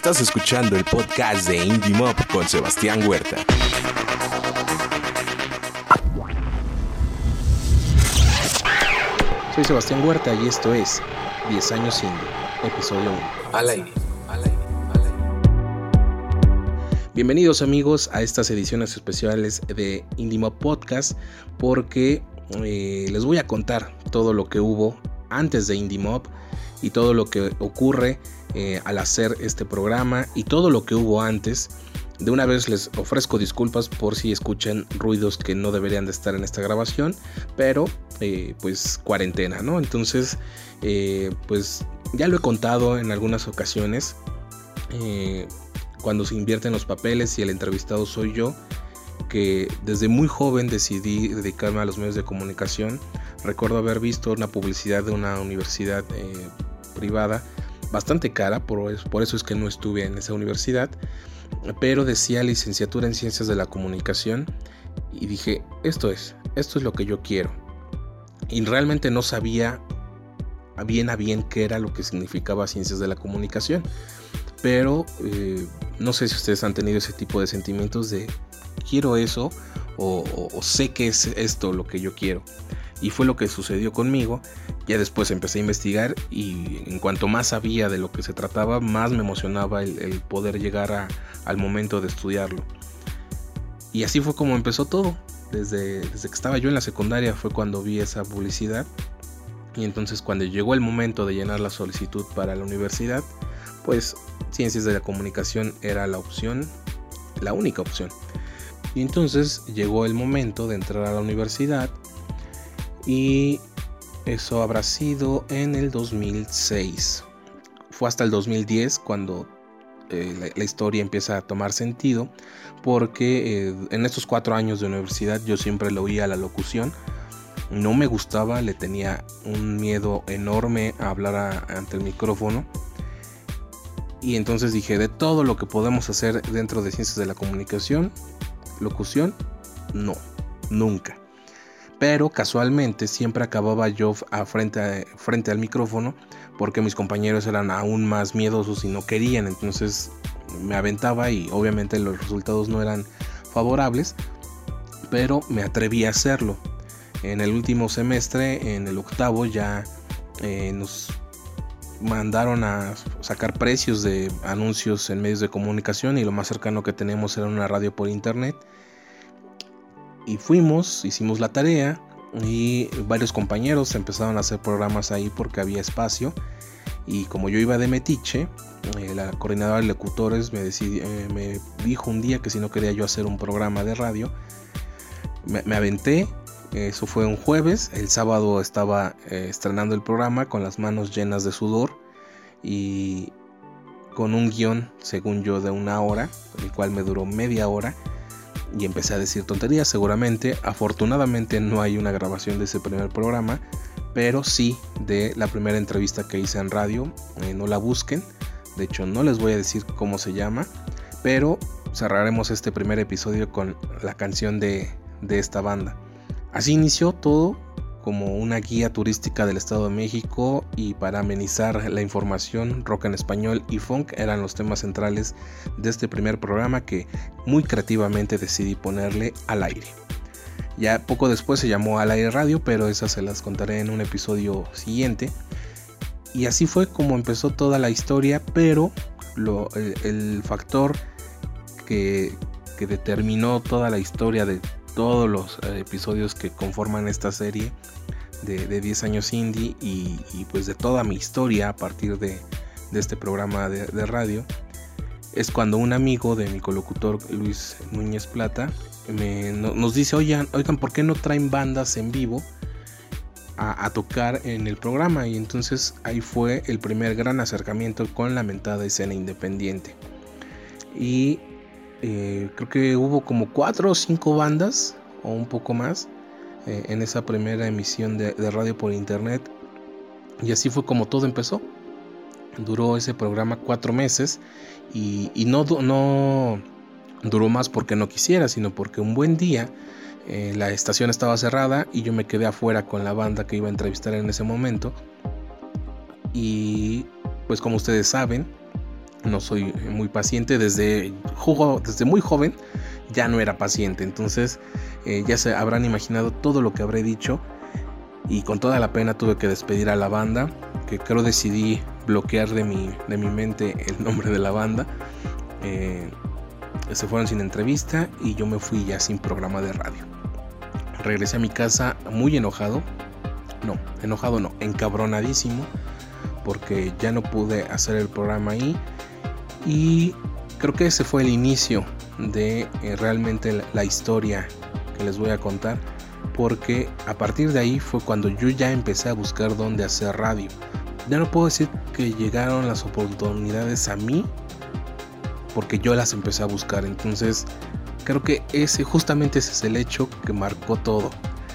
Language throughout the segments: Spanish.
Estás escuchando el podcast de Indie Mob con Sebastián Huerta. Soy Sebastián Huerta y esto es 10 años Indie, episodio 1. Al aire. Bienvenidos amigos a estas ediciones especiales de Indie Mob Podcast, porque les voy a contar todo lo que hubo antes de Indie Mob y todo lo que ocurre al hacer este programa y todo lo que hubo antes. De una vez les ofrezco disculpas por si escuchan ruidos que no deberían de estar en esta grabación, pero pues cuarentena, ¿no? Entonces pues ya lo he contado en algunas ocasiones, cuando se invierten los papeles y el entrevistado soy yo, que desde muy joven decidí dedicarme a los medios de comunicación. Recuerdo haber visto una publicidad de una universidad privada bastante cara, por eso es que no estuve en esa universidad, pero decía licenciatura en ciencias de la comunicación y dije, esto es lo que yo quiero. Y realmente no sabía bien a bien qué era lo que significaba ciencias de la comunicación, pero no sé si ustedes han tenido ese tipo de sentimientos de quiero eso o sé que es esto lo que yo quiero. Y fue lo que sucedió conmigo. Ya después empecé a investigar y en cuanto más sabía de lo que se trataba, más me emocionaba el poder llegar al momento de estudiarlo. Y así fue como empezó todo. Desde que estaba yo en la secundaria fue cuando vi esa publicidad. Y entonces cuando llegó el momento de llenar la solicitud para la universidad, pues ciencias de la comunicación era la opción, la única opción. Y entonces llegó el momento de entrar a la universidad. Y eso habrá sido en el 2006. Fue hasta el 2010 cuando la historia empieza a tomar sentido, porque en estos 4 años de universidad yo siempre le oía la locución. No me gustaba, le tenía un miedo enorme a hablar ante el micrófono. Y entonces dije, de todo lo que podemos hacer dentro de ciencias de la comunicación, locución, no, nunca. Pero casualmente siempre acababa yo frente al micrófono, porque mis compañeros eran aún más miedosos y no querían. Entonces me aventaba y obviamente los resultados no eran favorables, pero me atreví a hacerlo. En el último semestre, en el octavo, ya nos mandaron a sacar precios de anuncios en medios de comunicación y lo más cercano que teníamos era una radio por internet. Y hicimos la tarea y varios compañeros empezaron a hacer programas ahí porque había espacio. Y como yo iba de metiche, la coordinadora de locutores me dijo un día que si no quería yo hacer un programa de radio. Me aventé, eso fue un jueves. El sábado estaba estrenando el programa con las manos llenas de sudor y con un guión, según yo, de 1 hora, el cual me duró media hora. Y empecé a decir tonterías seguramente. Afortunadamente no hay una grabación de ese primer programa, pero sí de la primera entrevista que hice en radio. No la busquen, de hecho no les voy a decir cómo se llama, pero cerraremos este primer episodio con la canción de esta banda. Así inició todo, como una guía turística del Estado de México, y para amenizar la información, rock en español y funk eran los temas centrales de este primer programa que muy creativamente decidí ponerle Al Aire. Ya poco después se llamó Al Aire Radio, pero esas se las contaré en un episodio siguiente. Y así fue como empezó toda la historia, pero el factor que determinó toda la historia de todos los episodios que conforman esta serie de 10 años indie y pues de toda mi historia a partir de este programa de radio, es cuando un amigo de mi colocutor, Luis Núñez Plata, nos dice, oigan, ¿por qué no traen bandas en vivo a tocar en el programa? Y entonces ahí fue el primer gran acercamiento con la mentada escena independiente. Y creo que hubo como 4 o 5 bandas o un poco más en esa primera emisión de radio por internet. Y así fue como todo empezó. Duró ese programa 4 meses y no duró más porque no quisiera, sino porque un buen día la estación estaba cerrada y yo me quedé afuera con la banda que iba a entrevistar en ese momento. Y pues como ustedes saben, no soy muy paciente. Desde muy joven ya no era paciente. Entonces ya se habrán imaginado todo lo que habré dicho. Y con toda la pena tuve que despedir a la banda, que creo decidí bloquear de mi mente el nombre de la banda. Se fueron sin entrevista y yo me fui ya sin programa de radio. Regresé a mi casa muy enojado. No, encabronadísimo, porque ya no pude hacer el programa ahí. Y creo que ese fue el inicio de realmente la historia que les voy a contar, porque a partir de ahí fue cuando yo ya empecé a buscar dónde hacer radio. Ya no puedo decir que llegaron las oportunidades a mí, porque yo las empecé a buscar. Entonces creo que justamente ese es el hecho que marcó todo.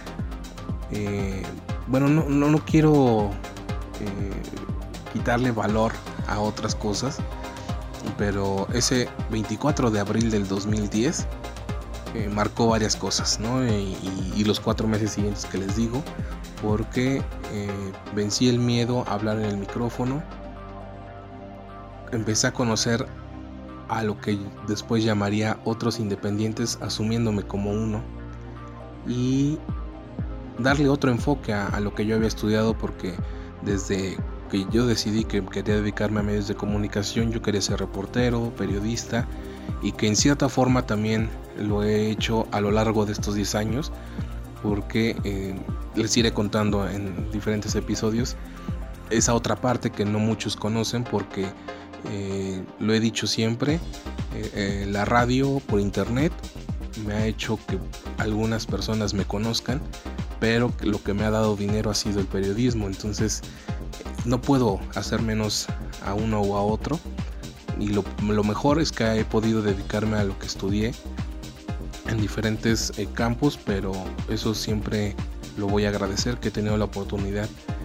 Bueno, no quiero quitarle valor a otras cosas, pero ese 24 de abril del 2010 marcó varias cosas, ¿no? Y los 4 meses siguientes que les digo, porque vencí el miedo a hablar en el micrófono. Empecé a conocer a lo que después llamaría otros independientes, asumiéndome como uno, y darle otro enfoque a lo que yo había estudiado, porque desde que yo decidí que quería dedicarme a medios de comunicación, yo quería ser reportero, periodista, y que en cierta forma también lo he hecho a lo largo de estos 10 años, porque les iré contando en diferentes episodios esa otra parte que no muchos conocen, porque lo he dicho siempre, la radio por internet me ha hecho que algunas personas me conozcan, pero lo que me ha dado dinero ha sido el periodismo. Entonces no puedo hacer menos a uno o a otro, y lo mejor es que he podido dedicarme a lo que estudié en diferentes campos, pero eso siempre lo voy a agradecer, que he tenido la oportunidad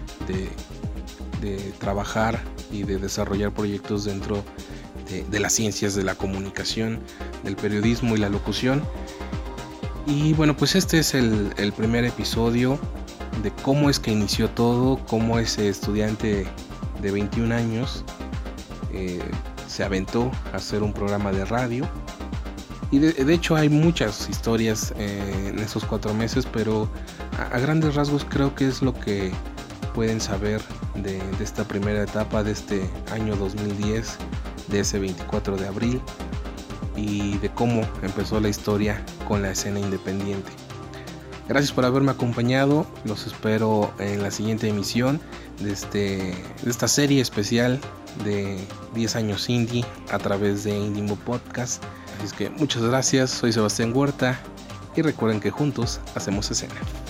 de trabajar y de desarrollar proyectos dentro de las ciencias de la comunicación, del periodismo y la locución. Y bueno, pues este es el primer episodio de cómo es que inició todo, cómo ese estudiante de 21 años se aventó a hacer un programa de radio. Y de hecho hay muchas historias en esos 4 meses, pero a grandes rasgos creo que es lo que pueden saber de esta primera etapa de este año 2010, de ese 24 de abril, y de cómo empezó la historia con la escena independiente. Gracias por haberme acompañado. Los espero en la siguiente emisión de esta serie especial de 10 años indie a través de Indie Podcast. Así es que muchas gracias. Soy Sebastián Huerta y recuerden que juntos hacemos escena.